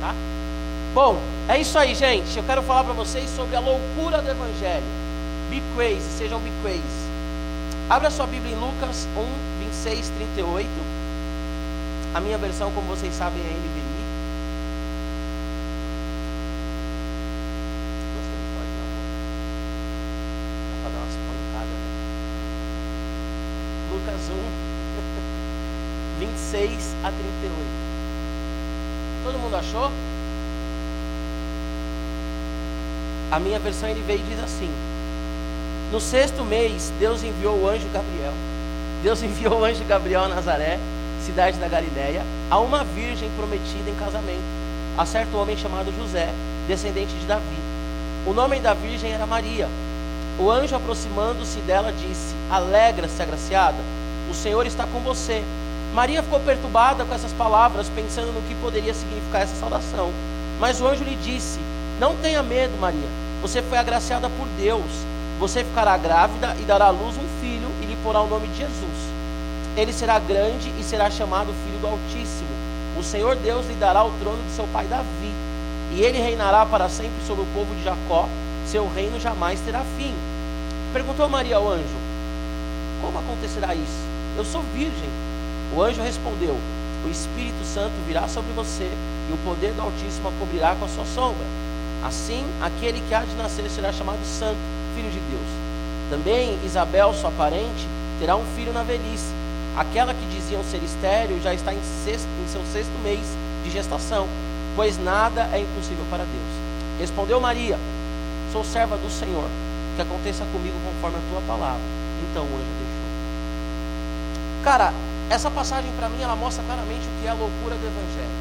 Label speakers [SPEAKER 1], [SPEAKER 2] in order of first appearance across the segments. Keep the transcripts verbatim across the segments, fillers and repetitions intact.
[SPEAKER 1] tá? Bom, é isso aí, gente. Eu quero falar para vocês sobre a loucura do Evangelho. Be crazy, sejam be crazy. Abra sua Bíblia em Lucas um, vinte e seis, trinta e oito. A minha versão, como vocês sabem, é N V I. Dá para dar umas pancadas, né? Lucas um, vinte e seis a trinta e oito. Todo mundo achou? A minha versão N V I diz assim: no sexto mês, Deus enviou o anjo Gabriel. Deus enviou o anjo Gabriel a Nazaré, cidade da Galileia, a uma virgem prometida em casamento, a certo homem chamado José, descendente de Davi. O nome da virgem era Maria. O anjo, aproximando-se dela, disse: alegra-se, agraciada, o Senhor está com você. Maria ficou perturbada com essas palavras, pensando no que poderia significar essa saudação. Mas o anjo lhe disse: não tenha medo, Maria, você foi agraciada por Deus. Você ficará grávida e dará à luz um filho e lhe porá o nome de Jesus. Ele será grande e será chamado Filho do Altíssimo. O Senhor Deus lhe dará o trono de seu pai Davi, e ele reinará para sempre sobre o povo de Jacó. Seu reino jamais terá fim. Perguntou Maria ao anjo: como acontecerá isso? Eu sou virgem. O anjo respondeu: o Espírito Santo virá sobre você, e o poder do Altíssimo a cobrirá com a sua sombra. Assim, aquele que há de nascer será chamado Santo, Filho de Deus. Também Isabel, sua parente, terá um filho na velhice. Aquela que diziam ser estéril já está em, sexto, em seu sexto mês de gestação, pois nada é impossível para Deus. Respondeu Maria: sou serva do Senhor, que aconteça comigo conforme a tua palavra. Então o anjo deixou. Cara, essa passagem para mim, ela mostra claramente o que é a loucura do Evangelho.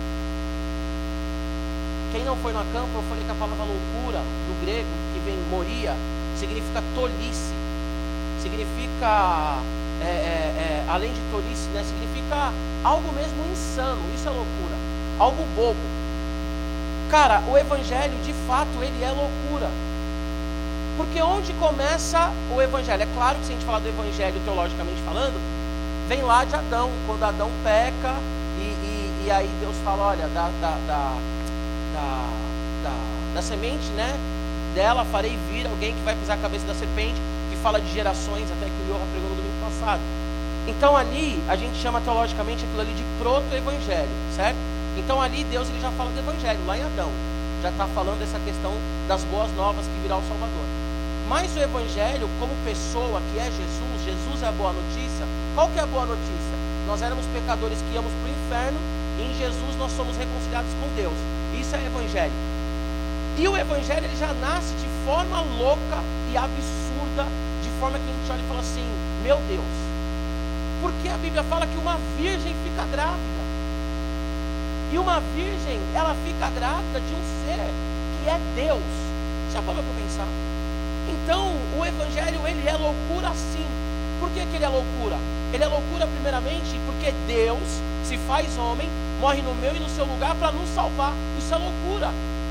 [SPEAKER 1] Quem não foi no campo, eu falei que a palavra loucura, do grego, que vem moria, significa tolice. Significa, é, é, é, além de tolice, né, significa algo mesmo insano. Isso é loucura, algo bobo. Cara, o Evangelho, de fato, ele é loucura. Porque onde começa o Evangelho? É claro que se a gente falar do Evangelho teologicamente falando, vem lá de Adão, quando Adão peca, e, e, e aí Deus fala, olha, da, da, da, da, da, da semente, né, dela farei vir alguém que vai pisar a cabeça da serpente, que fala de gerações, até que o Yoha pregou no domingo passado. Então ali, a gente chama teologicamente aquilo ali de proto-evangelho, certo? Então ali Deus ele já fala do Evangelho, lá em Adão, já está falando dessa questão das boas novas que virá o Salvador. Mas o Evangelho, como pessoa que é Jesus, Jesus é a boa notícia. Qual que é a boa notícia? Nós éramos pecadores que íamos para o inferno, e em Jesus nós somos reconciliados com Deus. Isso é Evangelho. E o Evangelho ele já nasce de forma louca e absurda, de forma que a gente olha e fala assim, meu Deus, porque a Bíblia fala que uma virgem fica grávida. E uma virgem, ela fica grávida de um ser que é Deus. Já parou para pensar? Então, o Evangelho, ele é loucura sim. Por que que ele é loucura? Ele é loucura primeiramente porque Deus se faz homem, morre no meu e no seu lugar para nos salvar. Isso é loucura.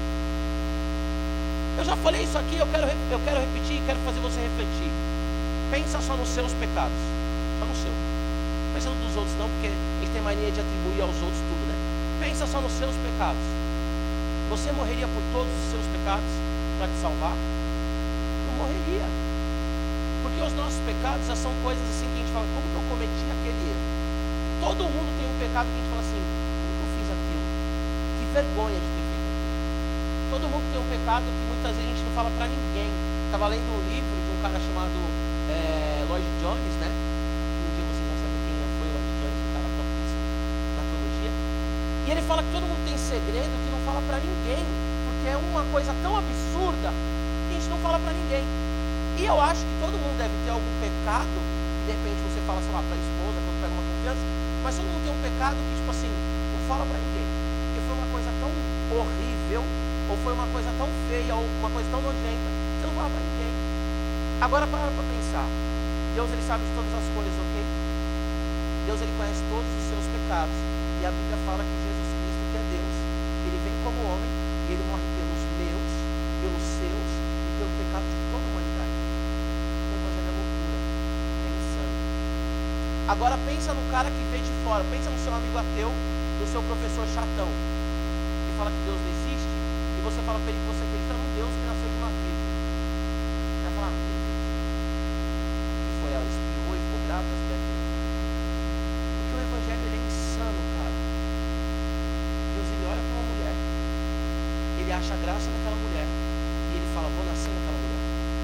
[SPEAKER 1] Eu já falei isso aqui, eu quero, eu quero repetir, quero fazer você refletir. Pensa só nos seus pecados. Só no seu. Pensa nos dos outros não, porque a gente tem mania de atribuir aos outros tudo, né? Pensa só nos seus pecados. Você morreria por todos os seus pecados para te salvar? Não morreria. Porque os nossos pecados já são coisas assim que a gente fala, como que eu cometi aquele erro? Todo mundo tem um pecado que a gente fala assim, como que eu fiz aquilo? Que vergonha de ter feito aquilo. Todo mundo tem um pecado que muitas vezes a gente não fala para ninguém. Estava lendo um livro de um cara chamado é, Lloyd Jones, né? Um dia vocês vão saber quem foi Lloyd Jones, um cara próprio na teologia. E ele fala que todo mundo tem segredo que não fala para ninguém, porque é uma coisa tão absurda que a gente não fala para ninguém. E eu acho que todo mundo deve ter algum pecado, de repente você fala, sei lá, para a esposa, quando pega uma confiança, mas todo mundo tem um pecado que, tipo assim, não fala para ninguém, porque foi uma coisa tão horrível, ou foi uma coisa tão feia, ou uma coisa tão nojenta, você não fala para ninguém. Agora para para pensar, Deus ele sabe de todas as coisas, ok? Deus ele conhece todos os seus pecados, e a Bíblia fala que Jesus Cristo, que é Deus, ele vem como homem, e ele morre pelos meus, pelos seus, e pelo pecado de toda a humanidade. O Evangelho é loucura, é insano. Agora pensa no cara que vê de fora, pensa no seu amigo ateu, no seu professor chatão. Ele fala que Deus não existe, e você fala para ele que você acredita num Deus que nasceu de uma virgem. Ele vai falar, ah, e foi, ela espirrou e ficou grávida, as mulheres. Porque o evangelho ele é insano, cara. Deus ele olha para uma mulher, ele acha graça naquela mulher, e ele fala, vou nascer naquela mulher.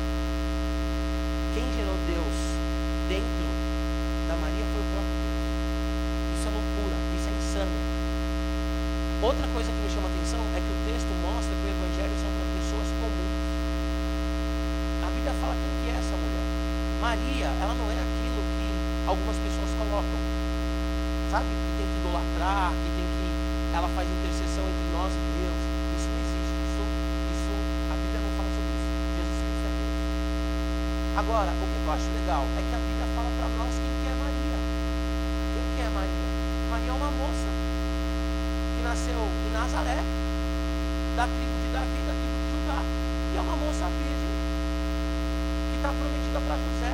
[SPEAKER 1] Quem gerou Deus dentro da Maria foi o próprio Deus. Isso é loucura, isso é insano. Outra coisa que me chama a atenção é que o texto mostra que o evangelho são para pessoas comuns. A Bíblia fala quem que é essa mulher. Maria, ela não é aquilo que algumas pessoas colocam, sabe? Que tem que idolatrar, que tem que... ela faz intercessão entre nós e Deus. Isso não existe, isso, isso a Bíblia não fala sobre isso. Jesus Cristo é Deus. Agora, o que eu acho legal é que a Bíblia fala para nós quem que é Maria. Quem que é Maria? Maria é uma moça que nasceu em Nazaré, da tribo de Davi, da tribo de Judá, e é uma moça virgem que está prometida para José.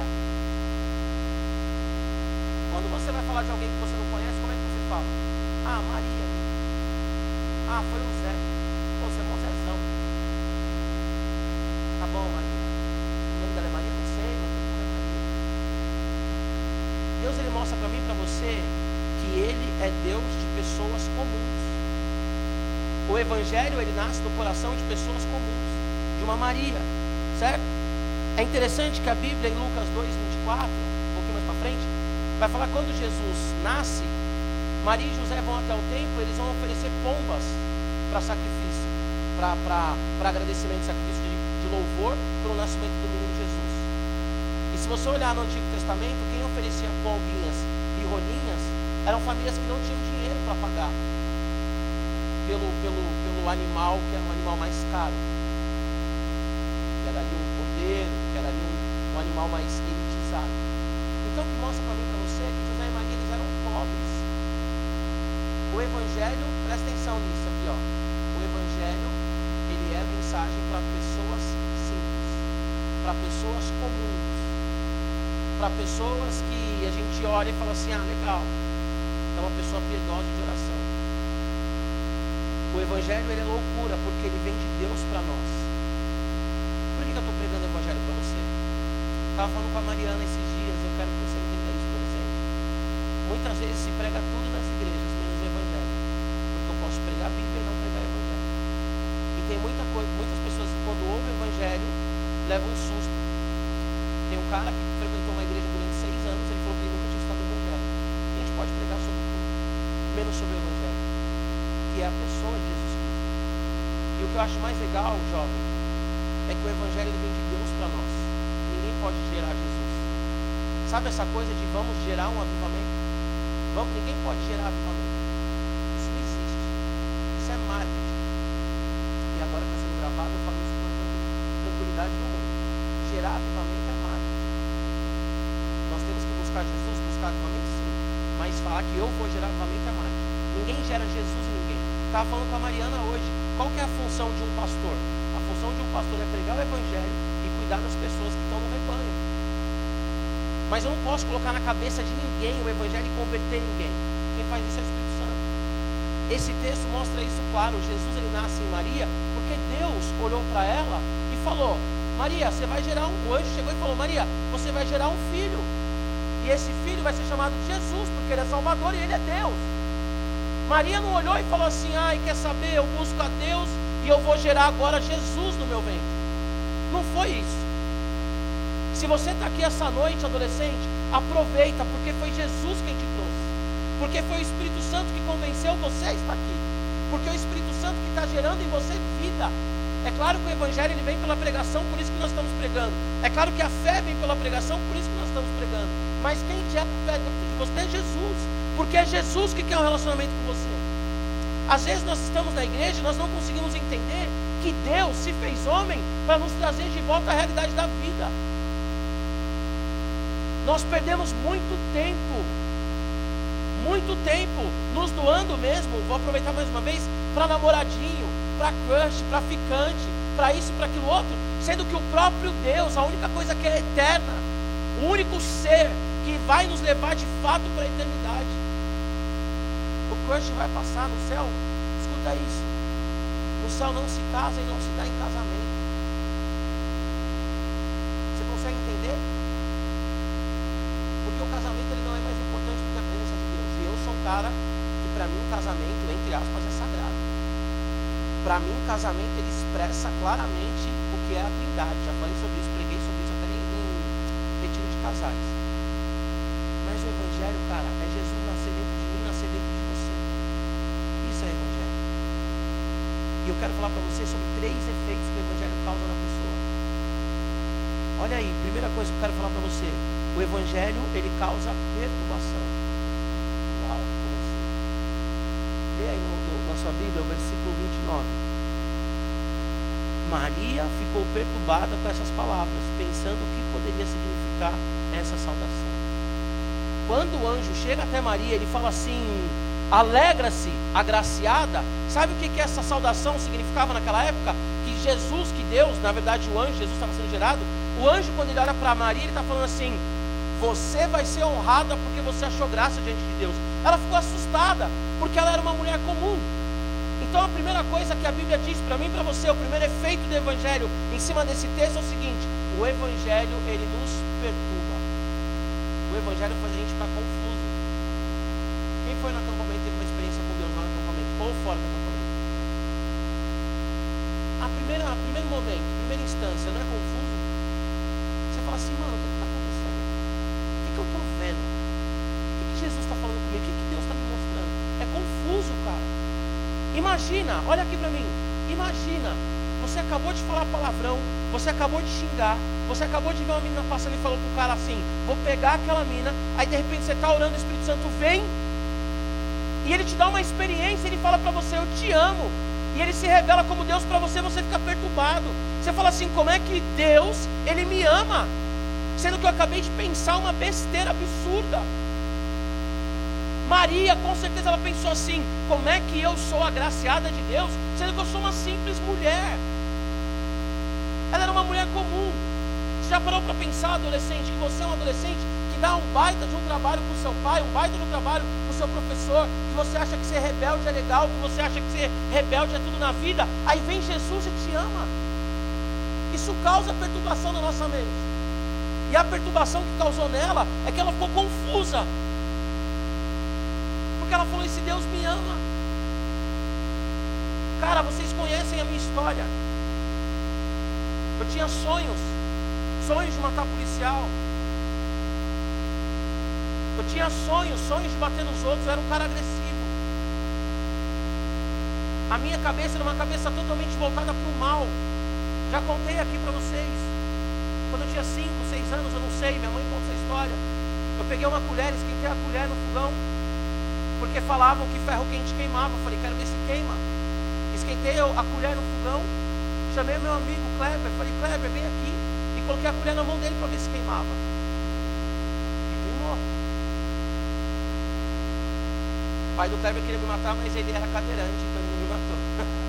[SPEAKER 1] Quando você vai falar de alguém que você não conhece, como é que você fala? Ah, Maria. Ah, foi o Zé. Pô, você é um Zezão. Tá bom, Maria. O nome dela é Maria? Não sei, mas todo mundo é Maria. Deus ele mostra para mim e para você que ele é Deus de pessoas comuns. O evangelho ele nasce do coração de pessoas comuns, de uma Maria, certo? É interessante que a Bíblia em Lucas dois, vinte e quatro, um pouquinho mais para frente, vai falar quando Jesus nasce, Maria e José vão até o templo, eles vão oferecer pombas para sacrifício, para agradecimento, sacrifício de, de louvor pelo nascimento do menino Jesus. E se você olhar no Antigo Testamento, quem oferecia pombinhas e rolinhas eram famílias que não tinham dinheiro para pagar pelo, pelo, pelo animal, que era um animal mais caro, que era ali um cordeiro, que era ali um, um animal mais elitizado. Então o que mostra para mim e para você é que José e Maria eles eram pobres. O evangelho, presta atenção nisso aqui, ó. O evangelho ele é mensagem para pessoas simples, para pessoas comuns, para pessoas que a gente olha e fala assim, ah, legal, é uma pessoa piedosa de oração. O evangelho ele é loucura porque ele vem de Deus para nós. Por que, que eu estou pregando o evangelho para você? Estava falando com a Mariana esses dias, eu quero que você entenda isso, por exemplo. Muitas vezes se prega tudo nas igrejas, menos o evangelho. Porque eu posso pregar a Bíblia e não pregar o evangelho. E tem muita coisa, muitas pessoas que quando ouvem o evangelho, levam um susto. Tem um cara que frequentou uma igreja durante seis anos, ele falou que ele nunca tinha estudado o evangelho. A gente pode pregar sobre tudo, menos sobre o evangelho, que é a pessoa de Jesus Cristo. E o que eu acho mais legal, jovem, é que o evangelho ele vem de Deus para nós. Ninguém pode gerar Jesus. Sabe essa coisa de vamos gerar um avivamento? Vamos, ninguém pode gerar avivamento. Isso não existe. Isso é marketing. E agora está sendo gravado, eu falo isso com tranquilidade no mundo. Gerar avivamento é marketing. Nós temos que buscar Jesus, buscar avivamento sim. Mas falar que eu vou gerar avivamento é marketing. Ninguém gera Jesus em ninguém. Estava falando com a Mariana hoje. Qual que é a função de um pastor? A função de um pastor é pregar o evangelho e cuidar das pessoas que estão no rebanho. Mas eu não posso colocar na cabeça de ninguém o evangelho e converter ninguém. Quem faz isso é o Espírito Santo. Esse texto mostra isso claro. Jesus ele nasce em Maria porque Deus olhou para ela e falou, Maria, você vai gerar um... O anjo chegou e falou, Maria, você vai gerar um filho. E esse filho vai ser chamado Jesus, porque ele é Salvador e ele é Deus. Maria não olhou e falou assim, ai, quer saber, eu busco a Deus e eu vou gerar agora Jesus no meu ventre. Não foi isso. Se você está aqui essa noite, adolescente, aproveita, porque foi Jesus quem te trouxe. Porque foi o Espírito Santo que convenceu você a estar aqui. Porque é o Espírito Santo que está gerando em você vida. É claro que o Evangelho ele vem pela pregação, por isso que nós estamos pregando. É claro que a fé vem pela pregação, por isso que nós estamos pregando. Mas quem gera fé dentro de você é Jesus. Porque é Jesus que quer um relacionamento com você. Às vezes nós estamos na igreja e nós não conseguimos entender que Deus se fez homem para nos trazer de volta à realidade da vida. Nós perdemos muito tempo, muito tempo nos doando mesmo, vou aproveitar mais uma vez, para namoradinho, para crush, para ficante, para isso, para aquilo outro, sendo que o próprio Deus, a única coisa que é eterna, o único ser que vai nos levar de fato para a eternidade. O crush vai passar no céu, escuta isso, No céu não se casa e não se dá em casamento. Você consegue entender? Porque o casamento ele não é mais importante do que a presença de Deus. E eu sou um cara que, para mim, o casamento, entre aspas, é sagrado. Para mim, o casamento ele expressa claramente o que é a Trindade. Já falei sobre isso, preguei sobre isso até em, em retiro de casais. Mas o Evangelho, cara, é Jesus nascer dentro de mim, nascer dentro de você. Isso é Evangelho. E eu quero falar para você sobre três efeitos que o Evangelho causa na pessoa. Olha aí, primeira coisa que eu quero falar para você. O Evangelho, ele causa perturbação. Uau, como assim? Lê aí no, no, na sua Bíblia, o versículo vinte e nove. Maria ficou perturbada com essas palavras, pensando o que poderia significar essa saudação. Quando o anjo chega até Maria, ele fala assim: alegra-se, agraciada. Sabe o que, que essa saudação significava naquela época? Que Jesus, que Deus, na verdade o anjo, Jesus estava sendo gerado. O anjo, quando ele olha para Maria, ele está falando assim: você vai ser honrada porque você achou graça diante de Deus. Ela ficou assustada, porque ela era uma mulher comum. Então a primeira coisa que a Bíblia diz para mim e para você, o primeiro efeito do Evangelho em cima desse texto é o seguinte: o Evangelho, ele nos perturba. O Evangelho faz a gente ficar confuso. Quem foi no acampamento teve uma experiência com Deus lá no acampamento, ou fora do acampamento? A primeira, a primeiro momento, a primeira instância, não é confuso? Você fala assim: mano, o que está acontecendo? O que, que eu estou vendo? O que, que Jesus está falando comigo? O que, que Deus está me mostrando? É confuso, cara. Imagina, olha aqui para mim. Imagina, você acabou de falar palavrão, você acabou de xingar, você acabou de ver uma menina passando e falou pro cara assim: vou pegar aquela mina. Aí de repente você está orando, o Espírito Santo vem e ele te dá uma experiência, ele fala para você: eu te amo. E ele se revela como Deus para você, você fica perturbado. Você fala assim: como é que Deus, ele me ama? Sendo que eu acabei de pensar uma besteira absurda. Maria, com certeza ela pensou assim: como é que eu sou agraciada de Deus, sendo que eu sou uma simples mulher? Ela era uma mulher comum. Você já parou para pensar, adolescente, que você é um adolescente que dá um baita de um trabalho para o seu pai, um baita de um trabalho para o seu professor, que você acha que ser rebelde é legal, que você acha que ser rebelde é tudo na vida, aí vem Jesus e te ama. Isso causa perturbação na nossa mente. E a perturbação que causou nela é que ela ficou confusa. Porque ela falou: esse Deus me ama. Cara, vocês conhecem a minha história. Eu tinha sonhos, sonhos de matar policial. Eu tinha sonhos, sonhos de bater nos outros. Eu era um cara agressivo. A minha cabeça era uma cabeça totalmente voltada para o mal. Já contei aqui para vocês. Quando eu tinha cinco, seis anos, eu não sei, minha mãe conta essa história. Eu peguei uma colher, esquentei a colher no fogão, porque falavam que ferro quente queimava. Eu falei: quero ver se queima. Esquentei a colher no fogão, chamei o meu amigo Kleber, falei: Kleber, vem aqui. E coloquei a colher na mão dele para ver se queimava. E queimou. O pai do Kleber queria me matar, mas ele era cadeirante, então ele não me matou.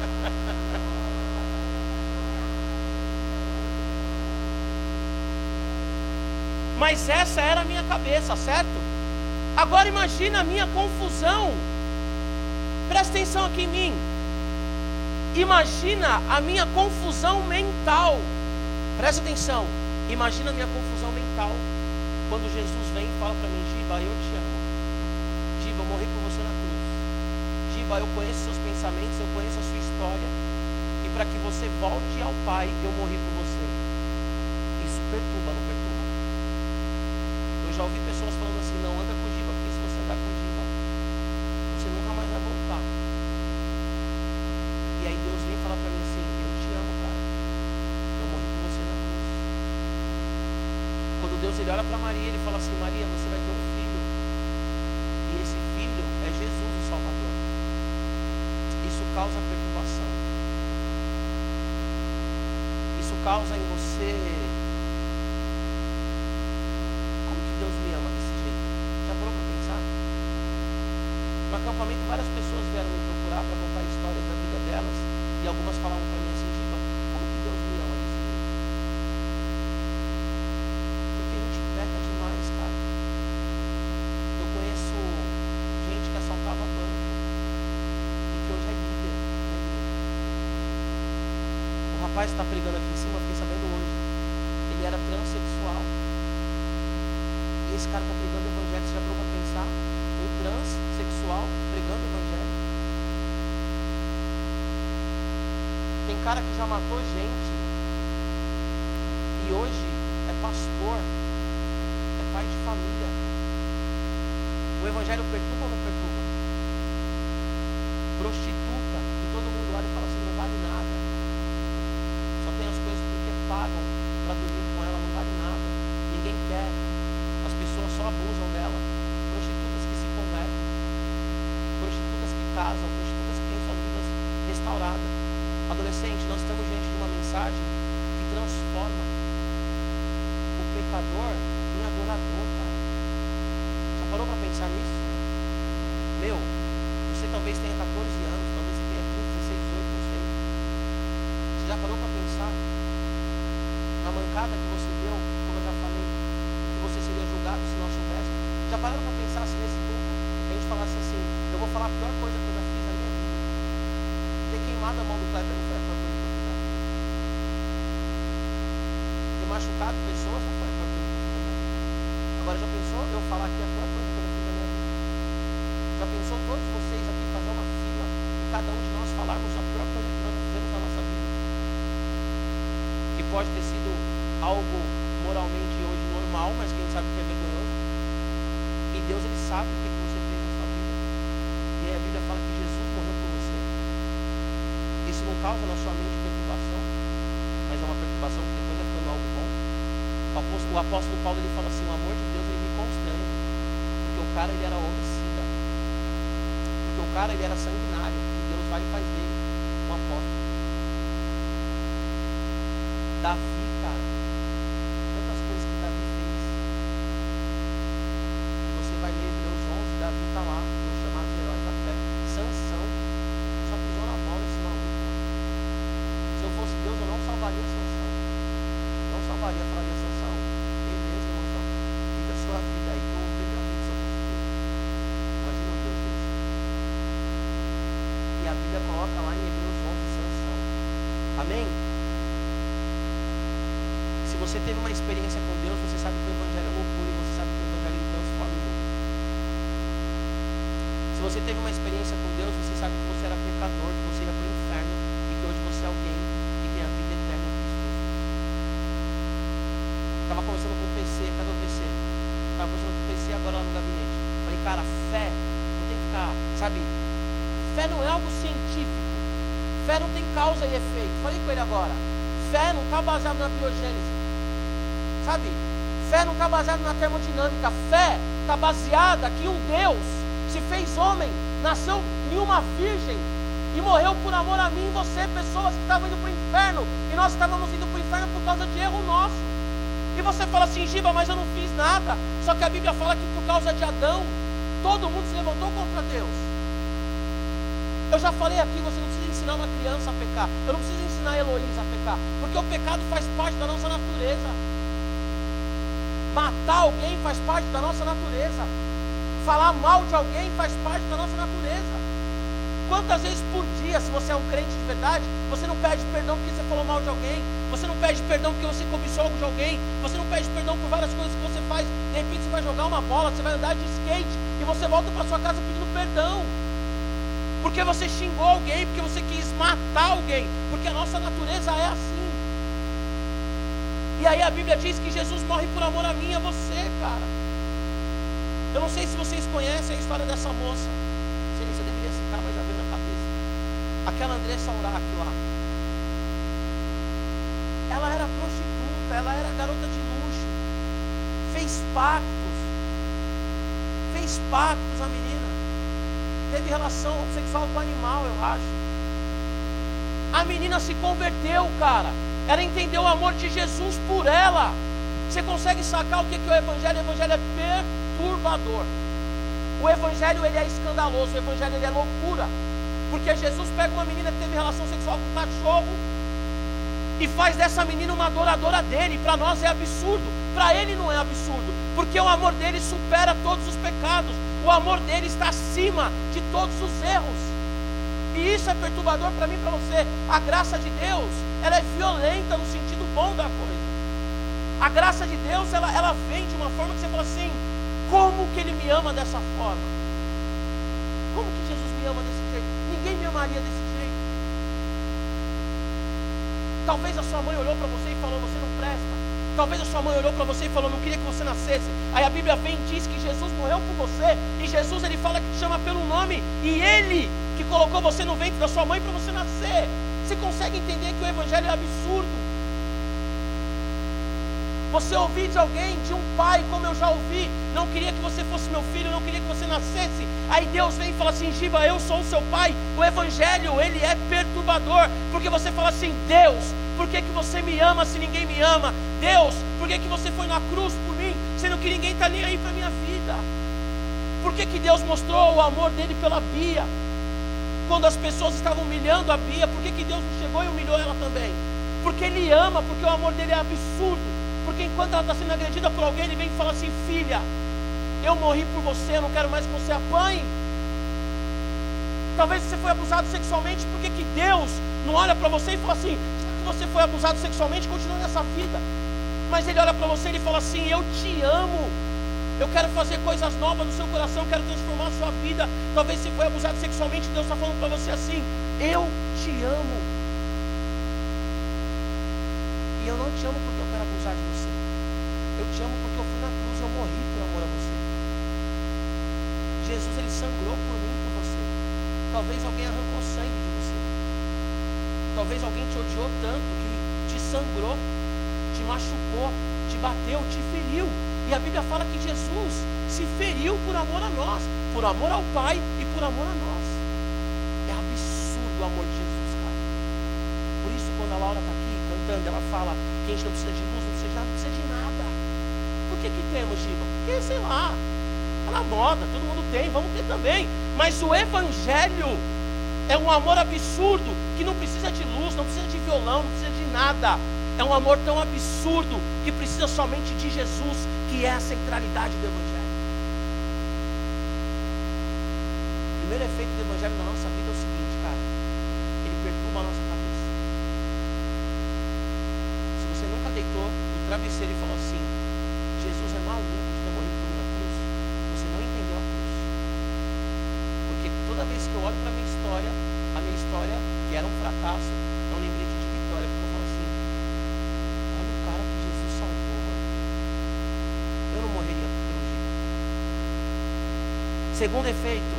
[SPEAKER 1] Mas essa era a minha cabeça, certo? Agora imagina a minha confusão. Presta atenção aqui em mim. Imagina a minha confusão mental. Presta atenção. Imagina a minha confusão mental quando Jesus vem e fala para mim: Giba, eu te amo. Giba, eu morri por você na cruz. Giba, eu conheço seus pensamentos, eu conheço a sua história. E para que você volte ao Pai, eu morri por você. Isso perturba, não perturba? Eu já ouvi pessoas falando assim: não anda com o Giba, porque se você andar com o Giba, você nunca mais vai voltar. E aí Deus vem falar para mim assim: eu te amo, cara. Eu morri por você na cruz. Quando Deus ele olha para Maria, ele fala assim: Maria, você vai ter um filho. E esse filho é Jesus, o Salvador. Isso causa perturbação. Isso causa em você: como que Deus me ama desse jeito? Já parou para pensar? No acampamento várias pessoas vieram me procurar para contar histórias da vida delas. E algumas falavam para mim assim: Giba, como que Deus me ama desse jeito? Porque a gente peca demais, cara. Eu conheço gente que assaltava banco e que hoje é líder. rapaz que está pregando aqui em cima, eu fiquei sabendo hoje, ele era transexual. E esse cara está pregando o evangelho. Você já parou para pensar? Um transexual pregando o evangelho. Tem cara que já matou gente e hoje é pastor, é pai de família. O evangelho perturba ou não perturba? Prostituta, que todo mundo olha e fala assim, não vale nada. Só tem as coisas porque pagam para dormir com ela, não vale nada. Ninguém quer. As pessoas só abusam dela. Prostitutas que se convertem, prostitutas que casam, prostitutas que têm suas vidas restauradas. Adolescente, nós estamos diante de uma mensagem que transforma o pecador em adorador, cara. Já parou para pensar nisso? Meu, você talvez tenha catorze anos, talvez você tenha quinze, dezesseis, dezoito, não sei. Você já parou para pensar na mancada que você deu, como eu já falei, que você seria julgado se não soubesse? Já pararam para pensar se nesse mundo a gente falasse assim, eu vou falar a pior coisa que eu já fiz na minha vida? Ter queimado a mão do Kleber não foi a pior coisa que eu fiz na minha vida. Ter machucado pessoas não foi a pior coisa que eu fiz na minha vida. Agora já pensou eu falar aqui a pior coisa que eu já fiz na minha vida? Já pensou todos vocês aqui fazer uma fila e cada um de nós falarmos a pior coisa que nós fizemos na nossa vida? Que pode ter sido algo moralmente hoje normal, mas quem sabe que é vergonhoso. E Deus, ele sabe o que você fez na sua vida. E aí a Bíblia fala que Jesus morreu por você. Isso não causa na sua mente perturbação, mas é uma perturbação que depois vai ficando algo bom. O apóstolo, o apóstolo Paulo, ele fala assim, o amor de Deus, ele me constrange, porque o cara, ele era homicida, porque o cara, ele era sanguinário, e Deus vai e faz dele um apóstolo. Davi, cara, tantas coisas que Davi fez. E você vai ler Hebreus onze, Davi está lá, os chamados heróis da fé. Sansão só pisou na bola esse maluco. Se eu fosse Deus, eu não salvaria Sansão. Não salvaria, falaria, Sansão, beleza, irmãozão, vive a sua vida aí, que eu vou ver minha vida, se eu fosse Deus. Imagina um Deus desse. E a Bíblia coloca lá em Hebreus onze, Sansão. Amém? Se você teve uma experiência com Deus, você sabe que o evangelho é loucura e você sabe que o evangelho transforma o mundo. Se você teve uma experiência com Deus, você sabe que você era pecador, que você ia para o inferno e que hoje você é alguém que tem a vida eterna em Cristo. Eu estava conversando com o P C, cadê o P C? Estava conversando com o P C agora lá no gabinete. Falei, cara, fé não tem que ficar, sabe? Fé não é algo científico. Fé não tem causa e efeito. Falei com ele agora. Fé não está baseado na biogênese. Sabe? Fé não está baseada na termodinâmica. Fé está baseada que um Deus se fez homem, nasceu em uma virgem e morreu por amor a mim e você, pessoas que estavam indo para o inferno, e nós estávamos indo para o inferno por causa de erro nosso. E você fala assim, Giba, mas eu não fiz nada. Só que a Bíblia fala que por causa de Adão, todo mundo se levantou contra Deus. Eu já falei aqui, você não precisa ensinar uma criança a pecar. Eu não preciso ensinar a Heloísa a pecar, porque o pecado faz parte da nossa natureza. Matar alguém faz parte da nossa natureza. Falar mal de alguém faz parte da nossa natureza. Quantas vezes por dia, se você é um crente de verdade, você não pede perdão porque você falou mal de alguém, você não pede perdão porque você cobiçou algo de alguém, você não pede perdão por várias coisas que você faz. De repente você vai jogar uma bola, você vai andar de skate e você volta para sua casa pedindo perdão porque você xingou alguém, porque você quis matar alguém, porque a nossa natureza é assim. E aí a Bíblia diz que Jesus morre por amor a mim e a você, cara. Eu não sei se vocês conhecem a história dessa moça. Não sei nem se eu deveria citar, mas já veio na cabeça. Aquela Andressa Urach lá. Ela era prostituta, ela era garota de luxo. Fez pactos. Fez pactos a menina. Teve relação sexual com o animal, eu acho. A menina se converteu, cara. Ela entendeu o amor de Jesus por ela. Você consegue sacar o que é o evangelho? O evangelho é perturbador. O evangelho, ele é escandaloso. O evangelho, ele é loucura. Porque Jesus pega uma menina que teve relação sexual com um cachorro e faz dessa menina uma adoradora dele. Para nós é absurdo. Para ele não é absurdo, porque o amor dele supera todos os pecados. O amor dele está acima de todos os erros. E isso é perturbador para mim e para você. A graça de Deus, ela é violenta no sentido bom da coisa. A graça de Deus, ela, ela vem de uma forma que você fala assim: como que Ele me ama dessa forma? Como que Jesus me ama desse jeito? Ninguém me amaria desse jeito. Talvez a sua mãe olhou para você e falou: você não presta. Talvez a sua mãe olhou para você e falou: não queria que você nascesse. Aí a Bíblia vem e diz que Jesus morreu por você. E Jesus, Ele fala que te chama pelo nome. E Ele que colocou você no ventre da sua mãe para você nascer. Você consegue entender que o Evangelho é absurdo? Você ouvir de alguém, de um pai, como eu já ouvi: não queria que você fosse meu filho, não queria que você nascesse. Aí Deus vem e fala assim: Giba, eu sou o seu pai. O Evangelho, ele é perturbador, porque você fala assim: Deus, por que que você me ama se ninguém me ama? Deus, por que que você foi na cruz por mim, sendo que ninguém está nem aí para a minha vida? Por que que Deus mostrou o amor dele pela Bia, quando as pessoas estavam humilhando a Bia? Por que que Deus não chegou e humilhou ela também? Porque Ele ama, porque o amor dele é absurdo. Porque enquanto ela está sendo agredida por alguém, Ele vem e fala assim: filha, eu morri por você, eu não quero mais que você apanhe. Talvez você foi abusado sexualmente. Por que que Deus não olha para você e fala assim: já que você foi abusado sexualmente, continua nessa vida? Mas Ele olha para você e Ele fala assim: eu te amo, eu quero fazer coisas novas no seu coração, eu quero transformar a sua vida. Talvez você foi abusado sexualmente, Deus está falando para você assim: eu te amo. E eu não te amo porque eu quero abusar de você. Eu te amo porque eu fui na cruz e eu morri por amor a você. Jesus, Ele sangrou por mim e por você. Talvez alguém arrancou sangue de você. Talvez alguém te odiou tanto que te sangrou, te machucou, te bateu, te feriu. E a Bíblia fala que Jesus se feriu por amor a nós, por amor ao Pai e por amor a nós. É absurdo o amor de Jesus, cara. Por isso, quando a Laura está aqui cantando, ela fala que a gente não precisa de luz, não precisa de nada, não precisa de nada. Por que que temos, Giba? Porque, sei lá, tá na moda, todo mundo tem, vamos ter também. Mas o Evangelho é um amor absurdo, que não precisa de luz, não precisa de violão, não precisa de nada. É um amor tão absurdo que precisa somente de Jesus, que é a centralidade do Evangelho. O primeiro efeito do Evangelho na nossa vida é o seguinte, cara: ele perturba a nossa cabeça. Se você nunca deitou no travesseiro e falou assim: Jesus é maluco de ter morrido por mim na cruz, você não entendeu a cruz. Porque toda vez que eu olho para a minha história, a minha história, que era um fracasso, é um lembrete de vitória, porque eu falo assim: olha o cara que Jesus salvou, mano. Eu não morreria por teologia. Segundo efeito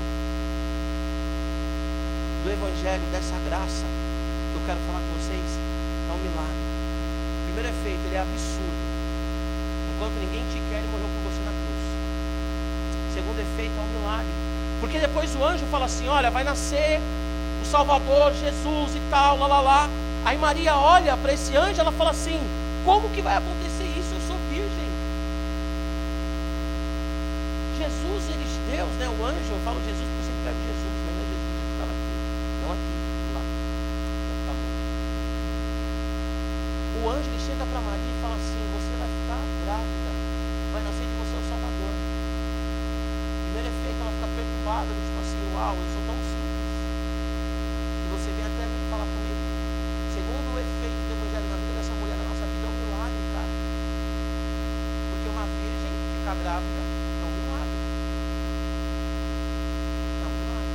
[SPEAKER 1] do Evangelho, dessa graça que eu quero falar com vocês, é um milagre. O primeiro efeito, ele é absurdo. Enquanto ninguém te quer, Ele morreu por você na cruz. Segundo efeito, é um milagre. Porque depois o anjo fala assim: olha, vai nascer o Salvador, Jesus e tal, lá, lá, lá. Aí Maria olha para esse anjo, ela fala assim: como que vai acontecer isso? Eu sou virgem. Jesus, ele, Deus, né? O anjo, eu falo Jesus porque sempre pego Jesus, mas não é Jesus que estava aqui, não aqui, lá. Tá bom. O anjo, ele chega para Maria e fala assim: você vai ficar grávida, vai nascer de você o Salvador. Primeiro efeito, ela fica perturbada, tipo assim: uau, eu sou tão simples. E você vem até falar comigo. Segundo o efeito do Evangelho na vida dessa mulher, na nossa vida, é um milagre, cara. Porque uma virgem ficar grávida é um milagre. É um milagre.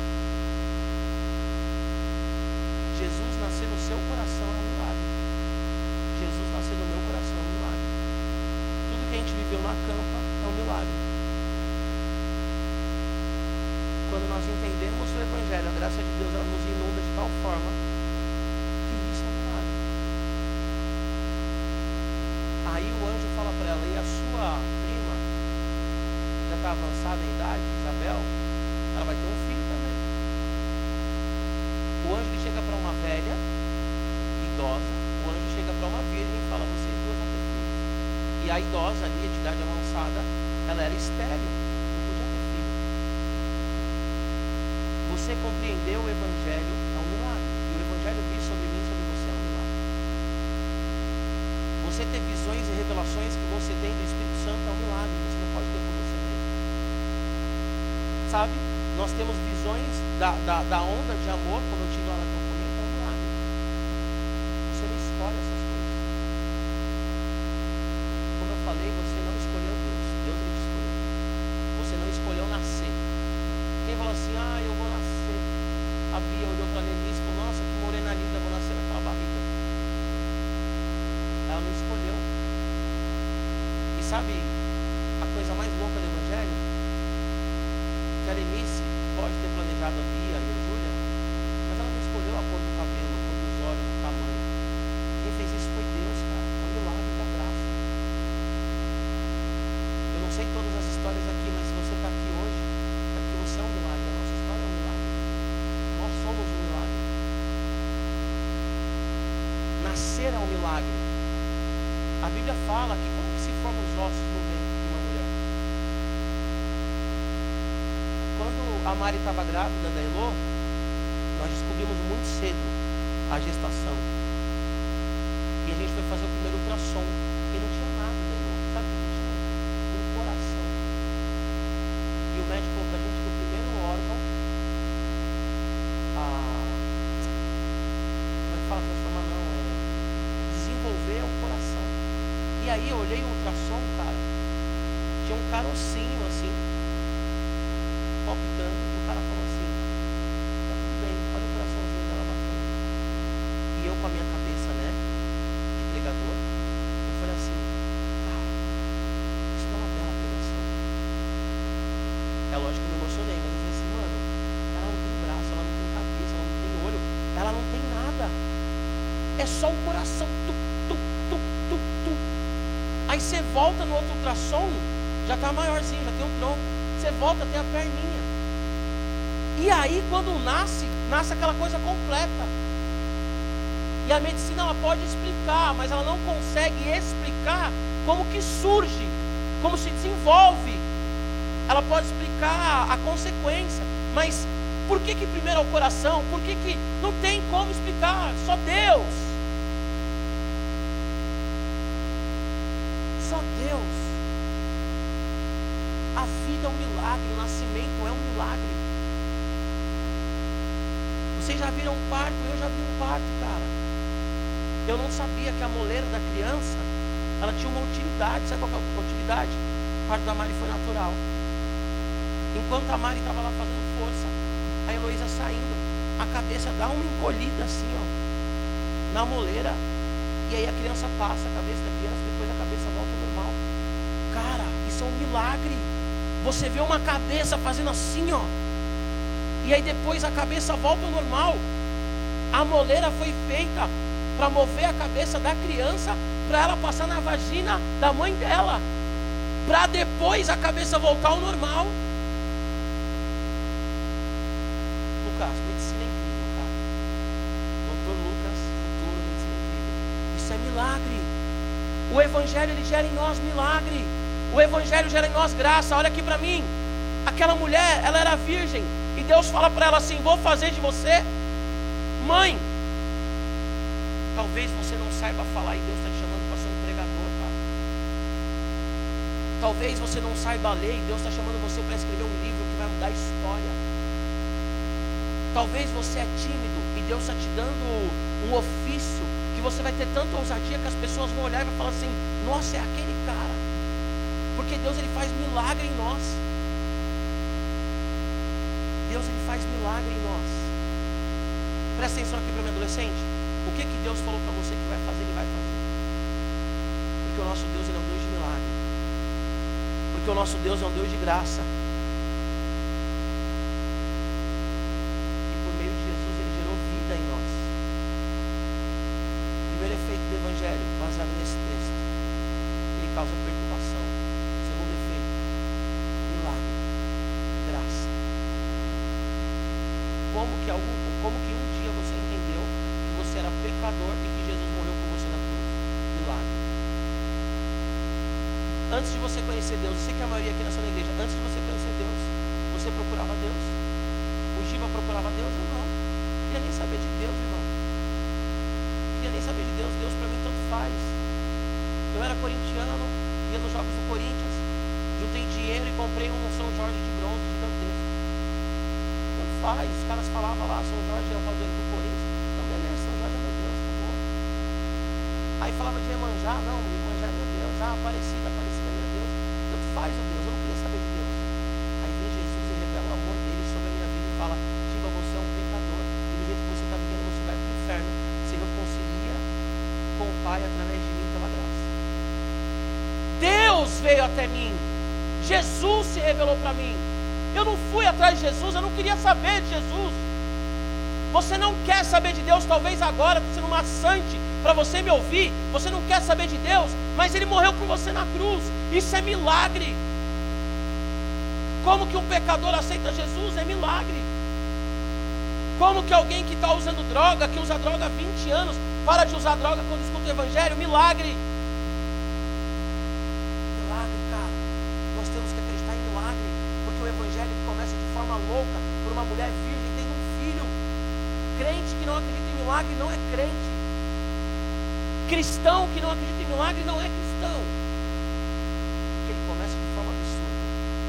[SPEAKER 1] Jesus nascer no seu coração é um milagre. Jesus nascer no meu coração é um milagre. Tudo que a gente viveu na campa é um milagre. Quando nós entendemos o Evangelho, a graça de Deus, ela nos inunda de tal forma que isso é um milagre. Aí o anjo fala para ela: e a sua prima já está avançada em idade, Isabel, ela vai ter um filho também. O anjo, ele chega para uma velha idosa, o anjo chega para uma virgem e fala: vocês duas vão ter filhos. E a idosa ali, de idade avançada, ela era estéril, não podia ter filho. Você compreendeu o Evangelho, é um milagre. E o Evangelho vir sobre mim, sobre você, é um milagre. Você ter visões e revelações que você tem do Espírito Santo é um milagre. Você não pode ter por você mesmo. Sabe? Nós temos visões da, da, da onda de amor, como eu tive lá na campanha, é um milagre. Você não escolhe essas coisas. Como eu falei, você não escolheu Deus. Deus ele te escolheu. Você não escolheu nascer. Quem fala assim, ah, eu vou nascer. A Bia olhou para a Lenice e falou, nossa, que morena linda, vou nascer naquela barriga. Ela não escolheu. E sabe a coisa mais louca do Evangelho? Que a Lenice pode ter planejado a Bia e a Júlia, mas ela não escolheu a cor do cabelo, a cor dos olhos, o tamanho. Quem fez isso foi Deus, cara. É um milagre da graça. Eu não sei todas as histórias aqui, mas se você está aqui hoje, é porque você é um milagre. A nossa história é um milagre. Nós somos um milagre. Nascer é um milagre. A Bíblia fala que como que se formam os ossos no ventre de uma mulher? Quando a Mari estava grávida da Elô, nós descobrimos muito cedo a gestação. E a gente foi fazer o primeiro ultrassom. E não tinha nada da Elô. Sabe o que tinha? Um coração. E o médico falou pra gente que o primeiro órgão a... como é que fala transformar? Não, é desenvolver o coração. E aí eu olhei o ultrassom, cara. Tinha um carocinho assim, palpitando, e o cara falou assim, tá tudo bem, olha o coraçãozinho dela batendo. E eu com a minha cabeça, né, de pregador, eu falei assim, cara, isso é uma bela pregação. É lógico que eu me emocionei, mas eu falei assim, mano, ela não tem braço, ela não tem cabeça, ela não tem olho, ela não tem nada. É só o coração, tu, tu, tu, tu, tu. Aí você volta no outro ultrassom, já tá maiorzinho, já tem um tronco. Você volta a ter a perninha. E aí quando nasce, nasce aquela coisa completa. E a medicina ela pode explicar, mas ela não consegue explicar como que surge, como se desenvolve. Ela pode explicar a consequência, mas por que que primeiro é o coração? Por que que não tem como explicar? Só Deus. Só Deus. A vida é um milagre, o nascimento é um milagre. Vocês já viram um parto? Eu já vi um parto, cara. Eu não sabia que a moleira da criança, ela tinha uma utilidade. Sabe qual é a utilidade? O parto da Mari foi natural. Enquanto a Mari estava lá fazendo força, a Heloísa saindo, a cabeça dá uma encolhida assim, ó, na moleira. E aí a criança passa, a cabeça da criança, depois a cabeça volta ao normal. Cara, isso é um milagre. Você vê uma cabeça fazendo assim, ó, e aí depois a cabeça volta ao normal. A moleira foi feita para mover a cabeça da criança, para ela passar na vagina da mãe dela, para depois a cabeça voltar ao normal. Lucas, medicina é incrível, cara. doutor Lucas, futuro, medicina é incrível. Isso é milagre. O Evangelho ele gera em nós milagre. O Evangelho gera em nós graça. Olha aqui para mim. Aquela mulher, ela era virgem. E Deus fala para ela assim, vou fazer de você mãe. Talvez você não saiba falar e Deus está te chamando para ser um pregador, cara. Talvez você não saiba ler e Deus está chamando você para escrever um livro que vai mudar a história. Talvez você é tímido e Deus está te dando um ofício que você vai ter tanta ousadia que as pessoas vão olhar e vão falar assim, nossa, é aquele cara. Porque Deus ele faz milagre em nós. Deus ele faz milagre em nós. Presta atenção aqui para o meu adolescente. O que que Deus falou para você que vai fazer, ele vai fazer. Porque o nosso Deus ele é um Deus de milagre. Porque o nosso Deus é um Deus de graça. E por meio de Jesus ele gerou vida em nós. Primeiro efeito do Evangelho, baseado nesse texto, ele causa perturbação. Segundo efeito, milagre, graça. Como que, algum, como que um dia você entendeu que você era pecador e que Jesus morreu por você na cruz? Milagre. Antes de você conhecer Deus, eu sei que a maioria aqui na sua igreja, antes de você conhecer Deus, você procurava Deus? O Giba procurava Deus? Eu não. Não queria nem saber de Deus, irmão. Não queria nem saber de Deus. Deus para mim tanto faz. Eu era corintiano, ia nos jogos do Corinthians, juntei dinheiro e comprei um São Jorge de bronze gigantesco. faz. Os caras falavam lá, São Jorge é o padroeiro do Corinthians. Então beleza, São Jorge é meu Deus, acabou. Aí falava de Iemanjá, não, Iemanjá é meu Deus. Ah, Aparecida, Aparecida é meu Deus. Tanto faz o Deus, eu não queria saber de Deus. Aí vem Jesus e revela o amor dele sobre a minha vida e fala, Giba, você é um pecador. E do jeito que você está vivendo, você vai para o inferno. Se reconcilia com o Pai através de mim pela graça. Deus veio até mim. Jesus se revelou para mim. Eu não fui atrás de Jesus, eu não queria saber de Jesus. Você não quer saber de Deus, talvez agora, estou sendo maçante para você me ouvir. Você não quer saber de Deus, mas Ele morreu por você na cruz. Isso é milagre. Como que um pecador aceita Jesus? É milagre. Como que alguém que está usando droga, que usa droga há vinte anos, para de usar droga quando escuta o Evangelho? Milagre. Milagre, cara. Nós temos que acreditar em milagre, porque o Evangelho começa de forma louca, por uma mulher virgem, tem um filho. Crente que não acredita em milagre não é crente. Cristão que não acredita em milagre não é cristão, porque ele começa de forma absurda.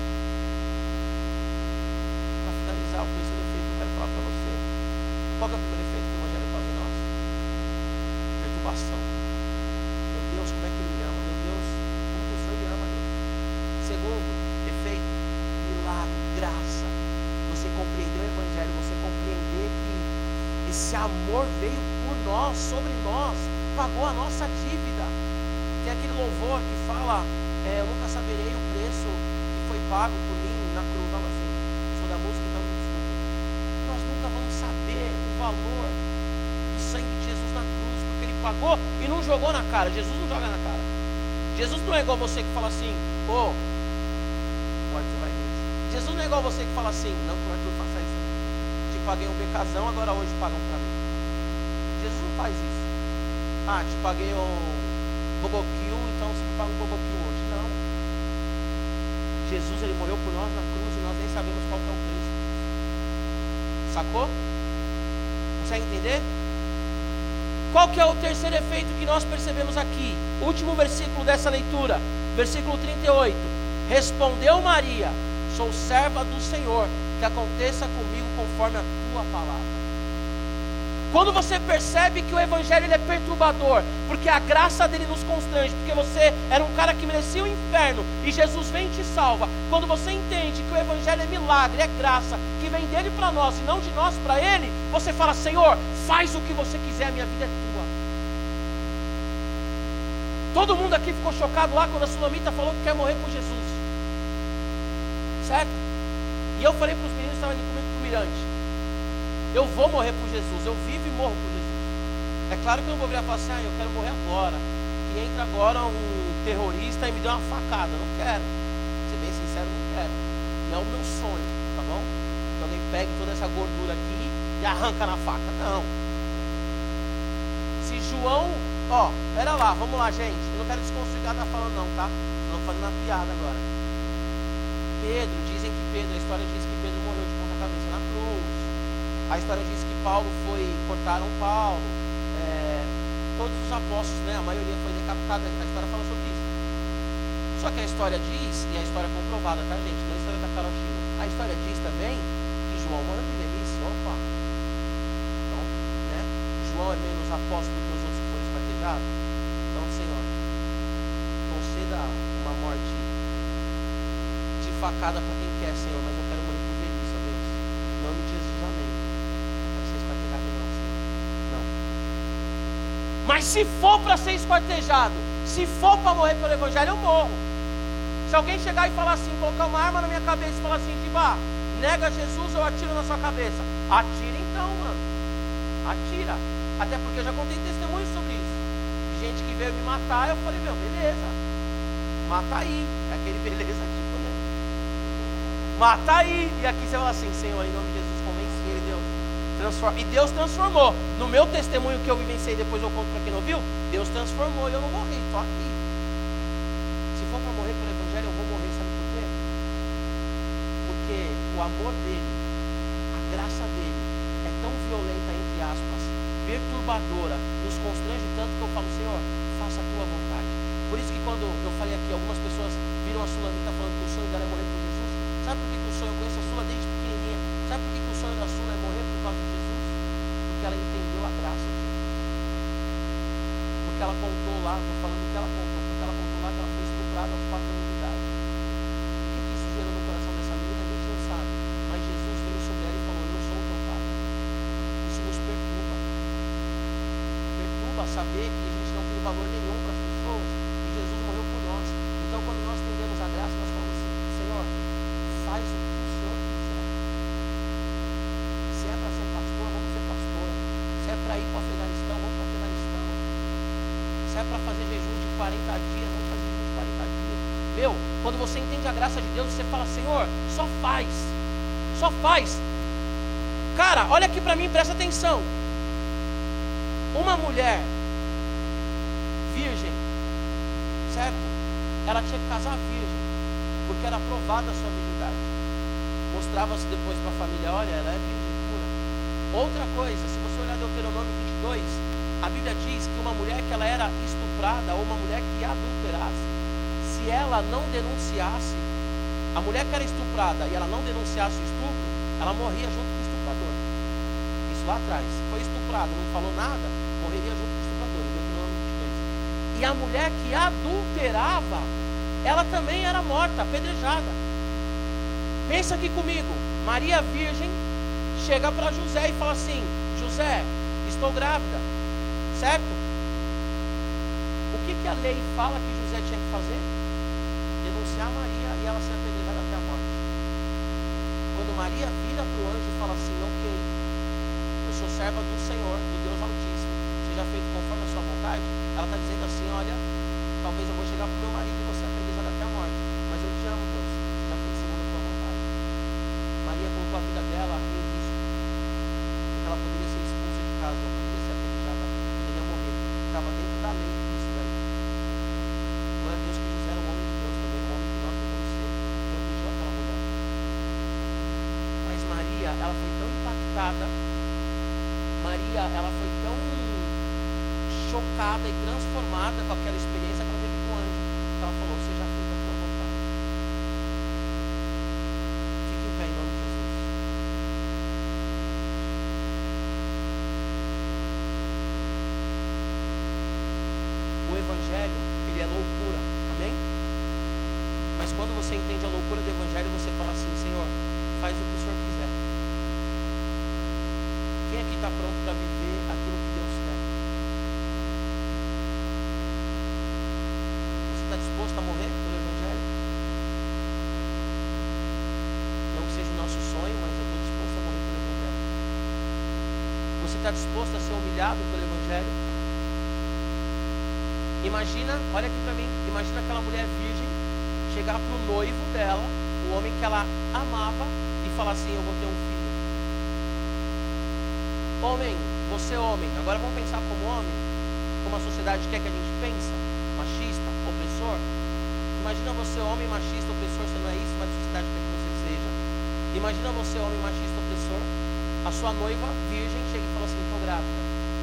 [SPEAKER 1] Para finalizar, o terceiro efeito que eu quero falar para você. Qual que é o primeiro efeito que o Evangelho causa em nós? Perturbação. Meu Deus, como é que ele me ama? Meu Deus, como que o Senhor me ama, Deus? Segundo efeito, milagre, graça. Você compreender o Evangelho, você compreender que esse amor veio por nós, sobre nós, pagou a nossa dívida. Tem aquele louvor que fala, é, eu nunca saberei o preço que foi pago por mim na cruz. Fala assim, sou da música, então me desculpe. Nós nunca vamos saber o valor do sangue de Jesus na cruz, porque Ele pagou e não jogou na cara. Jesus não joga na cara. Jesus não é igual você que fala assim, ô, oh, pode ser, vai ver. Jesus não é igual você que fala assim, não que o Arthur faça isso. Te paguei um becazão, agora hoje pagam para mim. Jesus não faz isso. Ah, te paguei um boboquil, então você me paga um boboquil hoje. Não. Jesus, Ele morreu por nós na cruz e nós nem sabemos qual que é o preço. Sacou? Consegue entender? Qual que é o terceiro efeito que nós percebemos aqui? Último versículo dessa leitura, versículo trinta e oito. Respondeu Maria, sou serva do Senhor, que aconteça comigo conforme a tua palavra. Quando você percebe que o Evangelho ele é perturbador, porque a graça dele nos constrange, porque você era um cara que merecia o inferno, e Jesus vem e te salva. Quando você entende que o Evangelho é milagre, é graça, que vem dele para nós e não de nós para ele, você fala, Senhor, faz o que você quiser, a minha vida é tua. Todo mundo aqui ficou chocado lá quando a Sulamita falou que quer morrer por Jesus, certo? E eu falei para os meninos que estavam ali comigo pro Mirante, eu vou morrer por Jesus, eu vivo e morro por Jesus. É claro que eu não vou virar e falar assim, ah, eu quero morrer agora, que entra agora um terrorista e me deu uma facada. Não quero, ser bem sincero, não quero. Não é o meu sonho, tá bom? Que alguém pegue toda essa gordura aqui e arranca na faca. Não. Se João, ó, pera lá, vamos lá, gente. Eu não quero desconstruir o que ela tá falando não, tá? Estou fazendo uma piada agora. Pedro, dizem que Pedro, a história diz que Pedro morreu de ponta cabeça na cruz. A história diz que Paulo foi, cortaram Paulo, é, todos os apóstolos, né, a maioria foi decapitada, a história fala sobre isso. Só que a história diz, e a história é comprovada, tá gente, não é a história da Carol Chino, a história diz também que João morreu de velhice, opa. Então, né, João é menos apóstolo que os outros que foram esquartejados. Então, Senhor, conceda uma morte de facada para quem quer, Senhor, mas eu quero morrer por velhice, ó Deus. Em nome de Jesus, amém. Mas se for para ser esquartejado, se for para morrer pelo Evangelho, eu morro. Se alguém chegar e falar assim, colocar uma arma na minha cabeça e falar assim, Giba, nega Jesus, eu atiro na sua cabeça. Atira então, mano. Atira. Até porque eu já contei testemunhos sobre isso. Gente que veio me matar, eu falei, meu, beleza. Mata aí. É aquele beleza tipo, né? Mata aí. E aqui você fala assim, Senhor, em nome de Jesus, convence ele, Deus. Transforma. E Deus transformou. No meu testemunho que eu vivenciei, depois eu conto para quem não viu, Deus transformou e eu não morri, estou aqui. Se for para morrer pelo Evangelho, eu vou morrer, sabe por quê? Porque o amor dele, a graça dele, é tão violenta, entre aspas, perturbadora, nos constrange tanto que eu falo, Senhor, faça a tua vontade. Por isso que quando eu falei aqui, algumas pessoas viram a Sulamita falando que o sonho dela é morrer por Jesus. Sabe por que, que o sonho, eu conheço a Sula desde pequenininha, sabe por que, que o sonho sonho da Sula é morrer por causa de Jesus? Porque ela entendeu a graça de Jesus. Porque ela contou lá, estou falando o que ela contou, porque ela contou lá que ela foi estuprada aos quatro anos de idade. O que, que isso gerou no coração dessa menina, a gente não sabe. Mas Jesus veio sobre ela e falou, eu sou o teu pai. Isso nos perturba. Perturba saber que a gente não tem valor nenhum para as pessoas e Jesus morreu por nós. Então quando nós entendemos a graça, nós falamos assim, Senhor, faz o que o Senhor quiser. Se é para ser pastor, vamos ser pastor. Se é para ir para o Afeganistão, vamos para o Afeganistão. Se é para fazer jejum de quarenta dias, vamos fazer jejum de quarenta dias. Meu, quando você entende a graça de Deus, você fala, Senhor, só faz. Só faz. Cara, olha aqui para mim, presta atenção. Uma mulher virgem, certo? Ela tinha que casar virgem, porque era provada a sua virgindade. Mostrava-se depois para a família, olha, ela é virgem pura. Outra coisa, se você olhar Deuteronômio vinte e dois, a Bíblia diz que uma mulher que ela era estuprada, ou uma mulher que adulterasse, se ela não denunciasse, a mulher que era estuprada e ela não denunciasse o estupro, ela morria junto com o estuprador. Isso lá atrás. Se foi estuprada, não falou nada, morreria junto com o estuprador. Deuteronômio vinte e dois. E a mulher que adulterava, ela também era morta, apedrejada. Pensa aqui comigo. Maria Virgem chega para José e fala assim, José, estou grávida, certo? O que, que a lei fala que José tinha que fazer? Denunciar Maria e ela ser apedrejada até a morte. Quando Maria vira para o anjo e fala assim, ok, eu sou serva do Senhor, do Deus Altíssimo, seja feito conforme a sua vontade, ela está dizendo assim, olha, talvez eu vou chegar para o meu marido e você apedrejada até a morte, mas eu te amo, Deus, seja feito segundo a tua vontade. Maria colocou a vida dela em risco, porque ela poderia ser expulsa de casa, ela poderia ser apedrejada, poderia morrer, estava dentro da lei isso daí. Glória a Deus que José era um homem de Deus também, um homem que nós devemos ser, protegeu aquela mulher. Mas Maria, ela foi tão impactada, Maria, ela foi tão chocada e transformada com aquela experiência que ela teve com o anjo, que ela falou, seja feita a tua vontade. Fique em pé em nome de Jesus. O Evangelho, ele é loucura, amém? Mas quando você entende a loucura do Evangelho, você fala assim, Senhor, faz o que o Senhor quiser. Quem aqui está pronto para viver aquilo que Deus quer? Você está disposto a morrer pelo Evangelho? Não que seja o nosso sonho, mas eu estou disposto a morrer pelo Evangelho. Você está disposto a ser humilhado pelo Evangelho? Imagina, olha aqui para mim, imagina aquela mulher virgem chegar para o noivo dela, o homem que ela amava, e falar assim, eu vou ter um filho. Homem, você homem, agora vamos pensar como homem, como a sociedade quer que a gente pensa, machista, opressor. Imagina você homem machista, opressor, você não é isso, mas a sociedade quer que você seja. Imagina você homem machista, opressor, a sua noiva virgem chega e fala assim, estou grávida.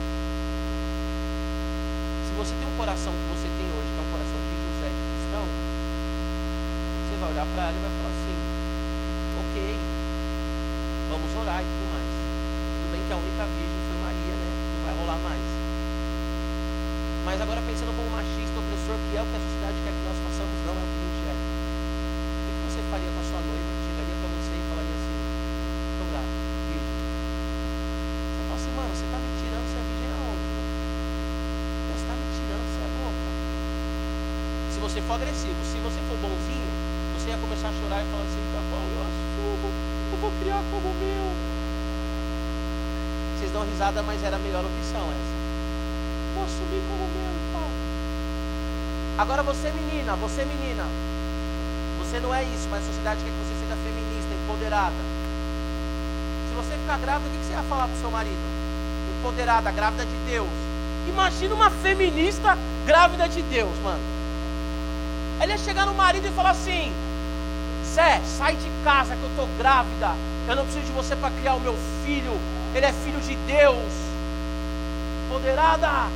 [SPEAKER 1] Se você tem um coração que você tem hoje, que é um coração de José, de cristão, você vai olhar para ela e vai falar assim, ok, vamos orar e tudo mais. Tudo bem que a única virgem foi Maria, né? Não vai rolar mais. Mas agora pensando como machista, opressor, que é o que a sociedade quer que nós façamos, não é o que a gente é. O que você faria com a sua noiva? Chegaria para você e falaria assim, estou grávida, virgem. Você fala assim, mano, você está me tirando, você é virgem aonde? Você está me tirando, você é louca. Se você for agressivo, se você for bonzinho, você ia começar a chorar e falar assim, tá bom, eu assumo, eu vou criar como meu. Vocês dão risada, mas era a melhor opção essa. Vou assumir como meu e tal. Agora você menina, você menina, você não é isso, mas a sociedade quer que você seja feminista, empoderada. Se você ficar grávida, o que você ia falar pro seu marido? Empoderada, grávida de Deus. Imagina uma feminista grávida de Deus, mano. Ela ia chegar no marido e falar assim, Zé, sai de casa que eu tô grávida. Eu não preciso de você para criar o meu filho. Ele é filho de Deus. Empoderada.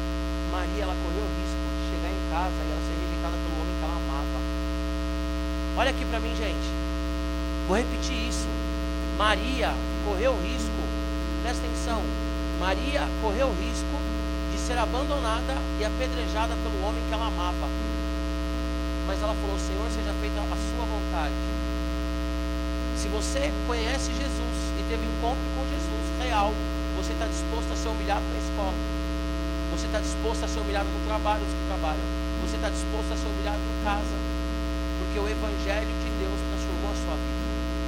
[SPEAKER 1] Maria, ela correu o risco de chegar em casa e ela ser rejeitada pelo homem que ela amava. Olha aqui para mim, gente. Vou repetir isso. Maria correu o risco, presta atenção, Maria correu o risco de ser abandonada e apedrejada pelo homem que ela amava. Mas ela falou: Senhor, seja feita a sua vontade. Se você conhece Jesus e teve um encontro com Jesus real, você está disposto a ser humilhado na escola, você está disposto a ser humilhado no trabalho, os que trabalham, você está disposto a ser humilhado em casa, porque o Evangelho de Deus transformou a sua vida.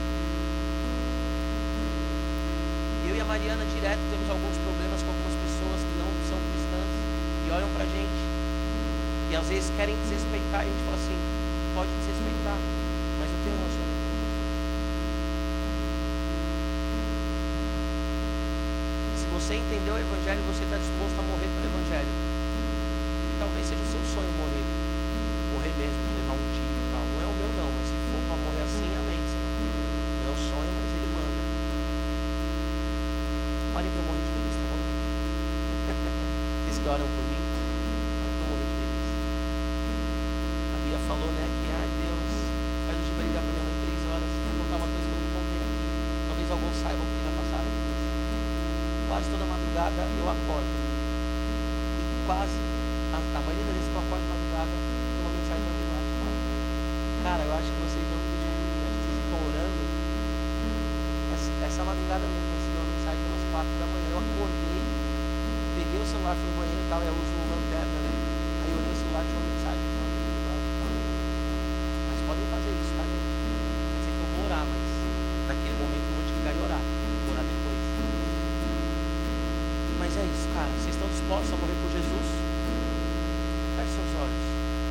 [SPEAKER 1] Eu e a Mariana direto temos alguns problemas com algumas pessoas que não são cristãs e olham pra gente e às vezes querem desrespeitar, e a gente fala assim: pode desrespeitar, mas eu tenho um relacionamento com Jesus. Se você entendeu o Evangelho, você está disposto a morrer pelo Evangelho. E talvez seja o seu sonho morrer, morrer mesmo, levar um tiro e tal. Não é o meu não, mas se for para morrer assim, amém, Senhor. Não é o sonho, mas Ele manda. Orem para eu morrer de feliz, tá bom? Vocês que oram por mim, orem para eu morrer de feliz. A Bia falou, né, que, ai Deus, faz o Giba ligar para minha mãe três horas. Vou contar uma coisa que eu não contei aqui. Talvez alguns saibam que já passaram. Quase toda madrugada eu acordo. E quase, a, a maioria das vezes que eu acordo de madrugada, tem uma mensagem para mim lá de fala. Cara, eu acho que vocês não me deixam dormir. Acho que vocês ficam orando. Essa, essa madrugada mesmo, eu recebi uma mensagem umas quatro da manhã. Eu acordei, peguei o celular, fui no banheiro e tal, eu uso lanterna, né? Aí eu olhei o celular e tinha uma mensagem. Mas podem fazer isso, tá, gente? Eu sei que eu vou orar, mas naquele momento eu vou te ligar e orar. Vou orar depois. Mas é isso, cara. Vocês estão dispostos a morrer por Jesus? Feche seus olhos.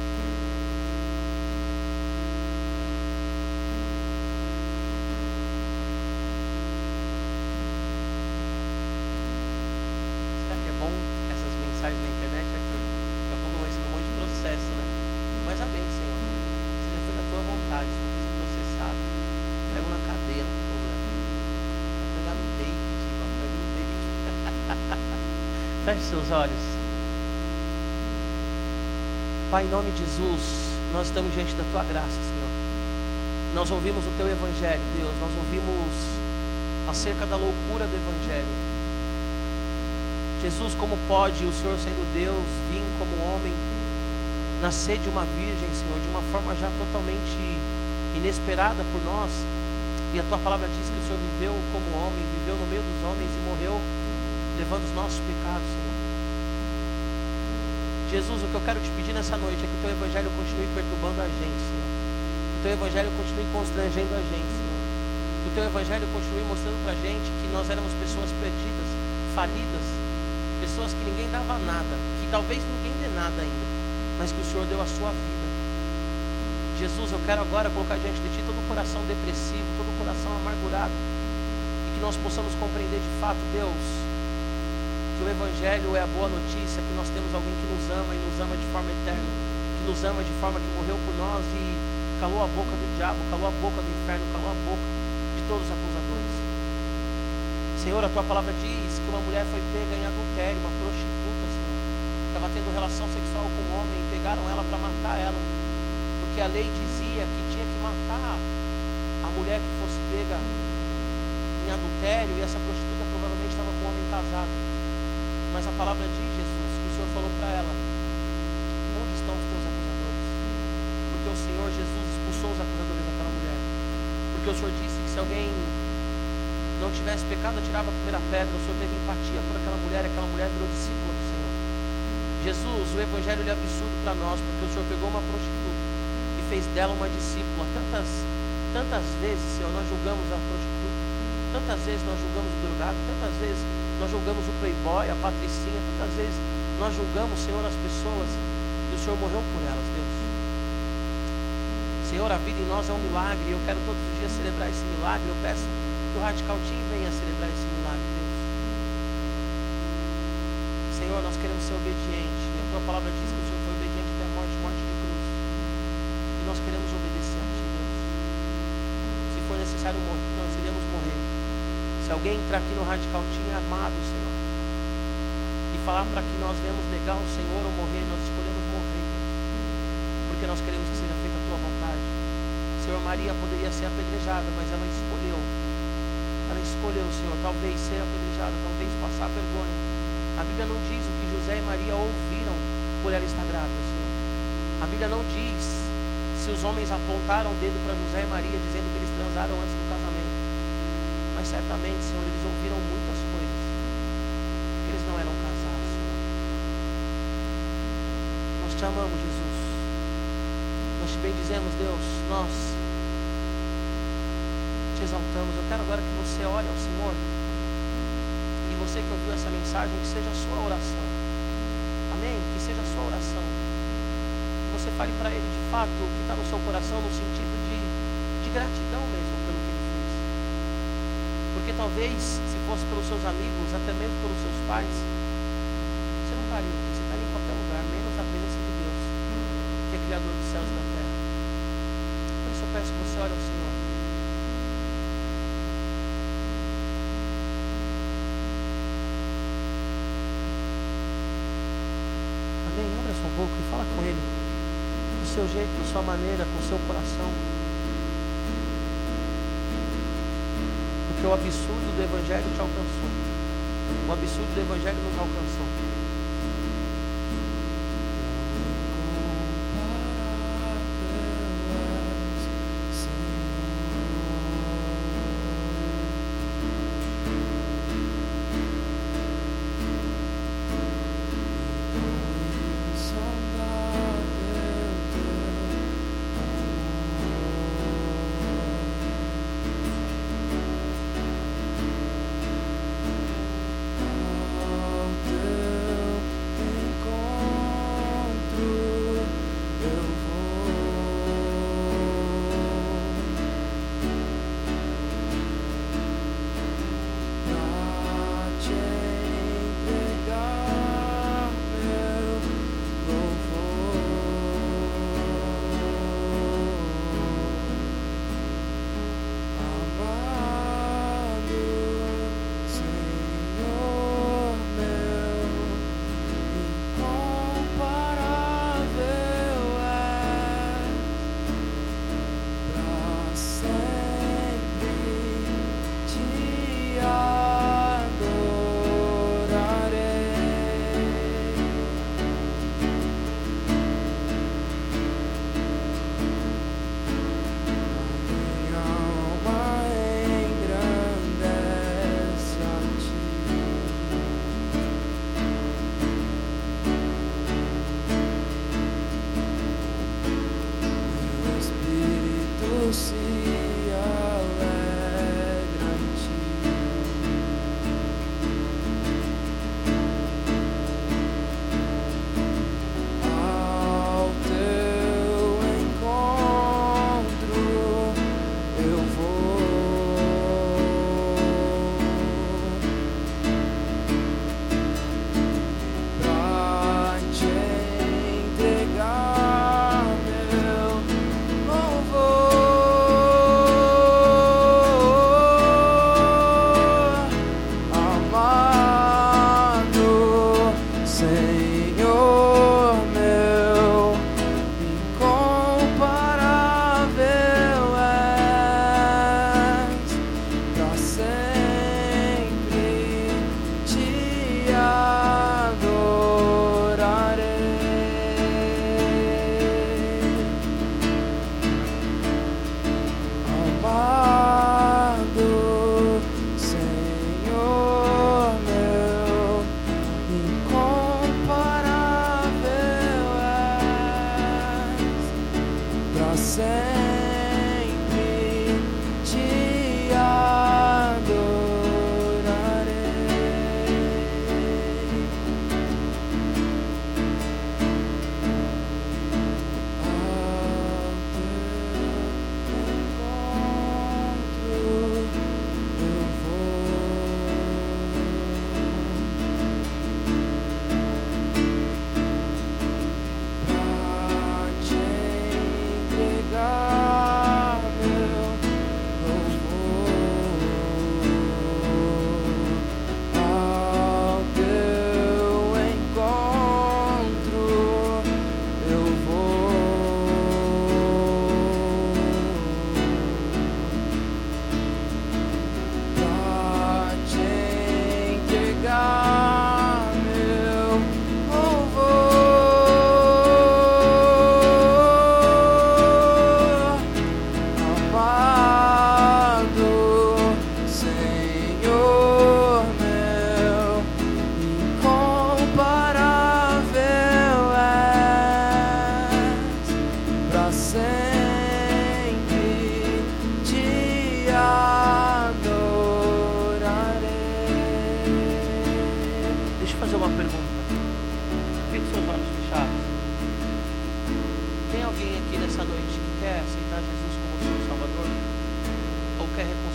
[SPEAKER 1] Será que é bom essas mensagens na internet, Arthur? Daqui a pouco eu vou receber um monte de processo, né? Mas amém, Senhor. Seja feita a tua vontade. Se não for processado, pego na cadeia, não tem problema. Vou pegar no take, tipo, vou pegar no take. Feche seus olhos. Pai, em nome de Jesus, nós estamos diante da tua graça, Senhor. Nós ouvimos o teu Evangelho, Deus. Nós ouvimos acerca da loucura do Evangelho. Jesus, como pode o Senhor, sendo Deus, vir como homem, nascer de uma virgem, Senhor, de uma forma já totalmente inesperada por nós? E a tua palavra diz que o Senhor viveu como homem, viveu no meio dos homens e morreu levando os nossos pecados, Senhor. Jesus, o que eu quero te pedir nessa noite é que o teu Evangelho continue perturbando a gente, Senhor. Que o teu Evangelho continue constrangendo a gente, Senhor. Que o teu Evangelho continue mostrando pra gente que nós éramos pessoas perdidas, falidas, pessoas que ninguém dava nada, que talvez ninguém dê nada ainda, mas que o Senhor deu a sua vida. Jesus, eu quero agora colocar diante de ti todo o coração depressivo, todo o coração amargurado, e que nós possamos compreender de fato, Deus, que o Evangelho é a boa notícia, que nós temos alguém que nos ama e nos ama de forma eterna, que nos ama de forma que morreu por nós e calou a boca do diabo, calou a boca do inferno, calou a boca de todos os acusadores. Senhor, a tua palavra diz que uma mulher foi pega em adultério, uma prostituta, Senhor, estava tendo relação sexual com um homem e pegaram ela para matar ela, porque a lei dizia que tinha que matar a mulher que fosse pega em adultério, e essa prostituta provavelmente estava com um homem casado. Mas a palavra diz, Jesus, que o Senhor falou para ela: onde estão os teus acusadores? Porque o Senhor Jesus expulsou os acusadores daquela mulher. Porque o Senhor disse que se alguém não tivesse pecado, atirava a primeira pedra. O Senhor teve empatia por aquela mulher, aquela mulher virou discípula do Senhor. Jesus, o Evangelho ele é absurdo para nós, porque o Senhor pegou uma prostituta e fez dela uma discípula. Tantas, tantas vezes, Senhor, nós julgamos a prostituta, tantas vezes nós julgamos o drogado, tantas vezes nós julgamos o playboy, a patricinha, tantas vezes nós julgamos, Senhor, as pessoas, e o Senhor morreu por elas, Deus. Senhor, a vida em nós é um milagre, e eu quero todos os dias celebrar esse milagre. Eu peço que o Radical Team venha celebrar esse milagre, Deus. Senhor, nós queremos ser obedientes, e a tua palavra diz que o Senhor foi obediente até a morte, morte de cruz, e nós queremos obedecer a ti, Deus. Se for necessário morrer, nós iremos morrer. Se alguém entrar aqui no Radical Team amado, Senhor, e falar para que nós venhamos negar o Senhor ou morrer, nós escolhemos morrer, Deus, porque nós queremos que seja feita a tua vontade. Senhor, Maria poderia ser apedrejada, mas ela escolheu. Ela escolheu, Senhor, talvez ser apedrejada, talvez passar vergonha. A Bíblia não diz o que José e Maria ouviram por ela estar grávida, Senhor. A Bíblia não diz se os homens apontaram o dedo para José e Maria, dizendo que eles transaram antes do casamento. Mas certamente, Senhor, eles ouviram muitas coisas. Eles não eram casados, Senhor. Nós te amamos, Jesus. Nós te bendizemos, Deus. Nós te exaltamos. Eu quero agora que você olhe ao Senhor. E você que ouviu essa mensagem, que seja a sua oração. Amém? Que seja a sua oração. Que você fale para Ele de fato o que está no seu coração, no sentido de, de gratidão mesmo pelo que Ele fez. Porque talvez, se fosse pelos seus amigos, até mesmo pelos seus pais, você não estaria aqui. Você estaria em qualquer lugar, menos a presença de Deus, que é Criador dos céus e da terra. Por isso eu peço que você olhe ao Senhor. Amém? Abra sua boca e fala com Ele. Do seu jeito, da sua maneira, com o seu coração. Porque o absurdo do Evangelho te alcançou. O absurdo do Evangelho nos alcançou.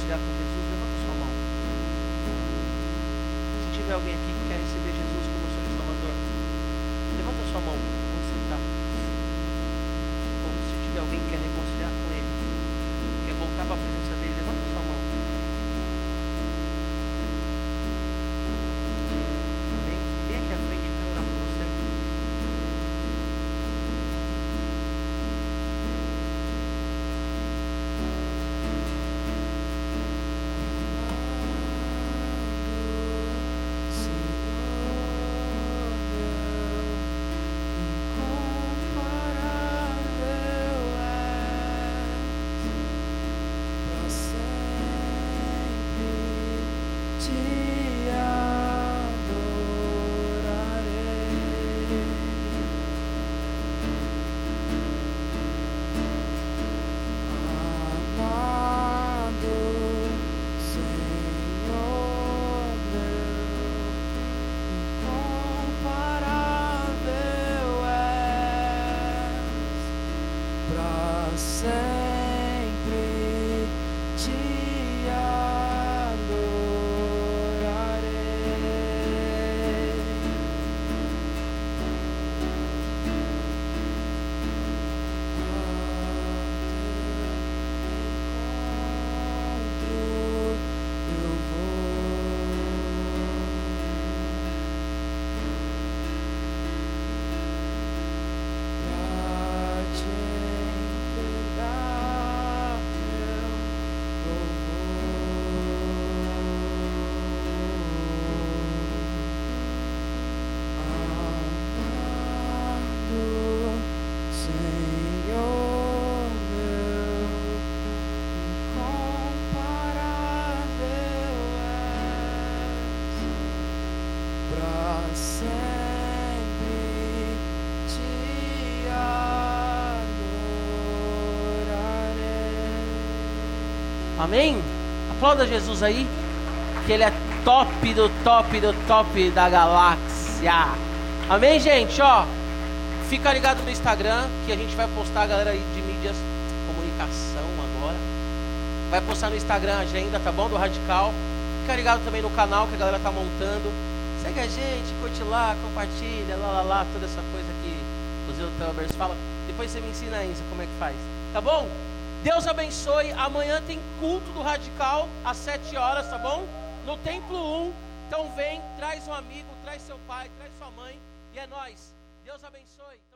[SPEAKER 1] reconciliar com Jesus, levanta sua mão. Se tiver alguém aqui que quer receber Jesus como Senhor e Salvador, levanta sua mão onde você está. Ou se tiver alguém que quer reconciliar com Ele, quer voltar para a presença dEle, levanta sua mão. Amém? Vem aqui à frente para orar por você. Amém? Aplauda Jesus aí, que Ele é top do top do top da galáxia. Amém, gente? Ó, fica ligado no Instagram, que a gente vai postar, a galera aí de mídias, comunicação agora. Vai postar no Instagram a agenda, tá bom? Do Radical. Fica ligado também no canal que a galera tá montando. Segue a gente, curte lá, compartilha, lá, lá, lá, toda essa coisa que os youtubers falam. Depois você me ensina isso, como é que faz. Tá bom? Deus abençoe. Amanhã tem culto do Radical às sete horas, tá bom? No Templo um. Então vem, traz um amigo, traz seu pai, traz sua mãe. E é nóis. Deus abençoe.